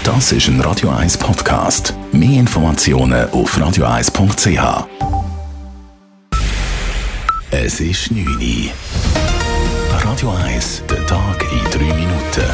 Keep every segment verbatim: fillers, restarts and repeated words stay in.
Das ist ein Radio eins Podcast. Mehr Informationen auf radio eins punkt c h. Es ist neun Uhr. Radio eins, der Tag in drei Minuten.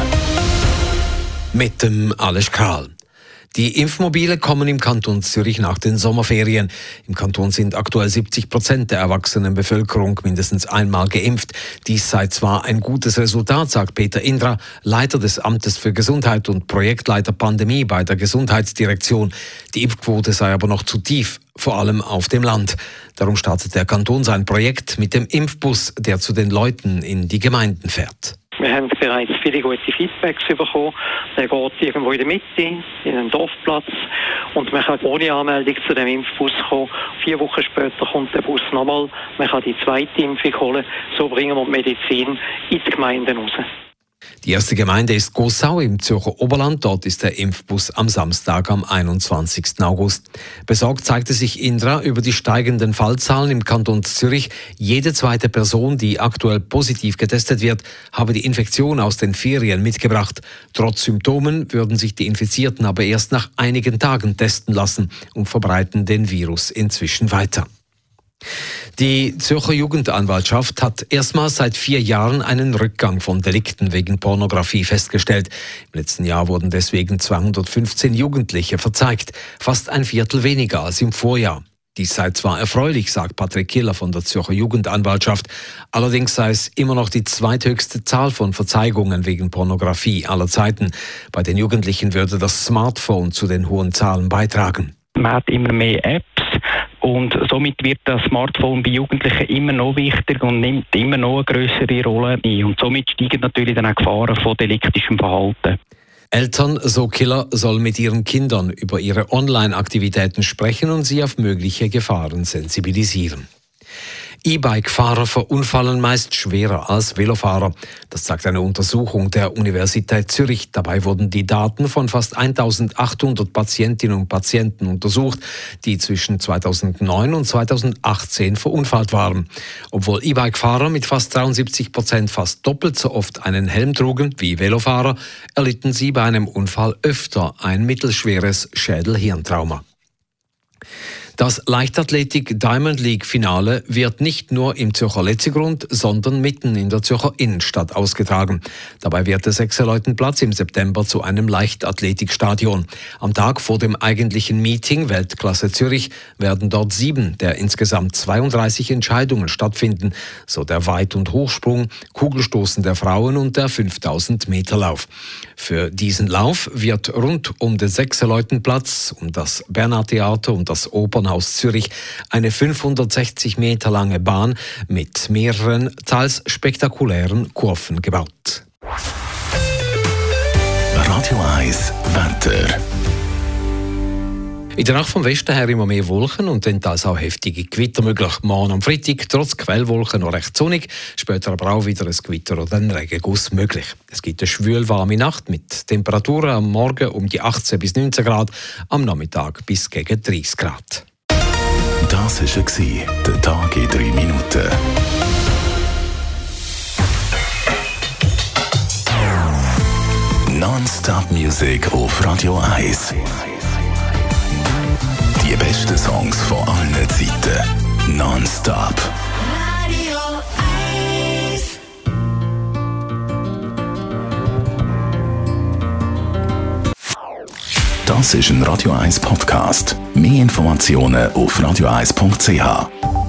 Mit dem Alles Kral. Die Impfmobile kommen im Kanton Zürich nach den Sommerferien. Im Kanton sind aktuell siebzig Prozent der erwachsenen Bevölkerung mindestens einmal geimpft. Dies sei zwar ein gutes Resultat, sagt Peter Indra, Leiter des Amtes für Gesundheit und Projektleiter Pandemie bei der Gesundheitsdirektion. Die Impfquote sei aber noch zu tief, vor allem auf dem Land. Darum startet der Kanton sein Projekt mit dem Impfbus, der zu den Leuten in die Gemeinden fährt. Wir haben bereits viele gute Feedbacks bekommen. Der geht irgendwo in der Mitte, in einem Dorfplatz. Und man kann ohne Anmeldung zu dem Impfbus kommen. Vier Wochen später kommt der Bus nochmal. Man kann die zweite Impfung holen. So bringen wir die Medizin in die Gemeinden raus. Die erste Gemeinde ist Gossau im Zürcher Oberland. Dort ist der Impfbus am Samstag, am einundzwanzigsten August. Besorgt zeigte sich Indra über die steigenden Fallzahlen im Kanton Zürich. Jede zweite Person, die aktuell positiv getestet wird, habe die Infektion aus den Ferien mitgebracht. Trotz Symptomen würden sich die Infizierten aber erst nach einigen Tagen testen lassen und verbreiten den Virus inzwischen weiter. Die Zürcher Jugendanwaltschaft hat erstmals seit vier Jahren einen Rückgang von Delikten wegen Pornografie festgestellt. Im letzten Jahr wurden deswegen zweihundertfünfzehn Jugendliche verzeigt, fast ein Viertel weniger als im Vorjahr. Dies sei zwar erfreulich, sagt Patrick Killer von der Zürcher Jugendanwaltschaft, allerdings sei es immer noch die zweithöchste Zahl von Verzeihungen wegen Pornografie aller Zeiten. Bei den Jugendlichen würde das Smartphone zu den hohen Zahlen beitragen. Man hat immer mehr Apps. Und somit wird das Smartphone bei Jugendlichen immer noch wichtiger und nimmt immer noch eine grössere Rolle ein. Und somit steigen natürlich dann auch Gefahren von deliktischem Verhalten. Eltern, so Killer, sollen mit ihren Kindern über ihre Online-Aktivitäten sprechen und sie auf mögliche Gefahren sensibilisieren. E-Bike-Fahrer verunfallen meist schwerer als Velofahrer. Das zeigt eine Untersuchung der Universität Zürich. Dabei wurden die Daten von fast eintausendachthundert Patientinnen und Patienten untersucht, die zwischen zweitausendneun und zweitausendachtzehn verunfallt waren. Obwohl E-Bike-Fahrer mit fast dreiundsiebzig Prozent fast doppelt so oft einen Helm trugen wie Velofahrer, erlitten sie bei einem Unfall öfter ein mittelschweres Schädel-Hirntrauma. Das Leichtathletik Diamond League Finale wird nicht nur im Zürcher Letzigrund, sondern mitten in der Zürcher Innenstadt ausgetragen. Dabei wird der Sechserleutenplatz im September zu einem Leichtathletikstadion. Am Tag vor dem eigentlichen Meeting Weltklasse Zürich werden dort sieben der insgesamt zweiunddreißig Entscheidungen stattfinden, so der Weit- und Hochsprung, Kugelstoßen der Frauen und der fünftausend Meter Lauf. Für diesen Lauf wird rund um den Sechserleutenplatz, um das Bernhard-Theater und das Opernhaus Zürich eine fünfhundertsechzig Meter lange Bahn mit mehreren, teils spektakulären Kurven gebaut. Radio eins Wetter. In der Nacht vom Westen her immer mehr Wolken und dann teils auch heftige Gewitter möglich. Morgen am Freitag trotz Quellwolken noch recht sonnig, später aber auch wieder ein Gewitter oder ein Regenguss möglich. Es gibt eine schwül warme Nacht mit Temperaturen am Morgen um die achtzehn bis neunzehn Grad, am Nachmittag bis gegen dreißig Grad. Das war der Tag in drei Minuten. Non-Stop-Musik auf Radio eins. Die besten Songs von allen Zeiten. Non-Stop. Radio eins. Das ist ein Radio eins Podcast. Mehr Informationen auf radio eins punkt c h.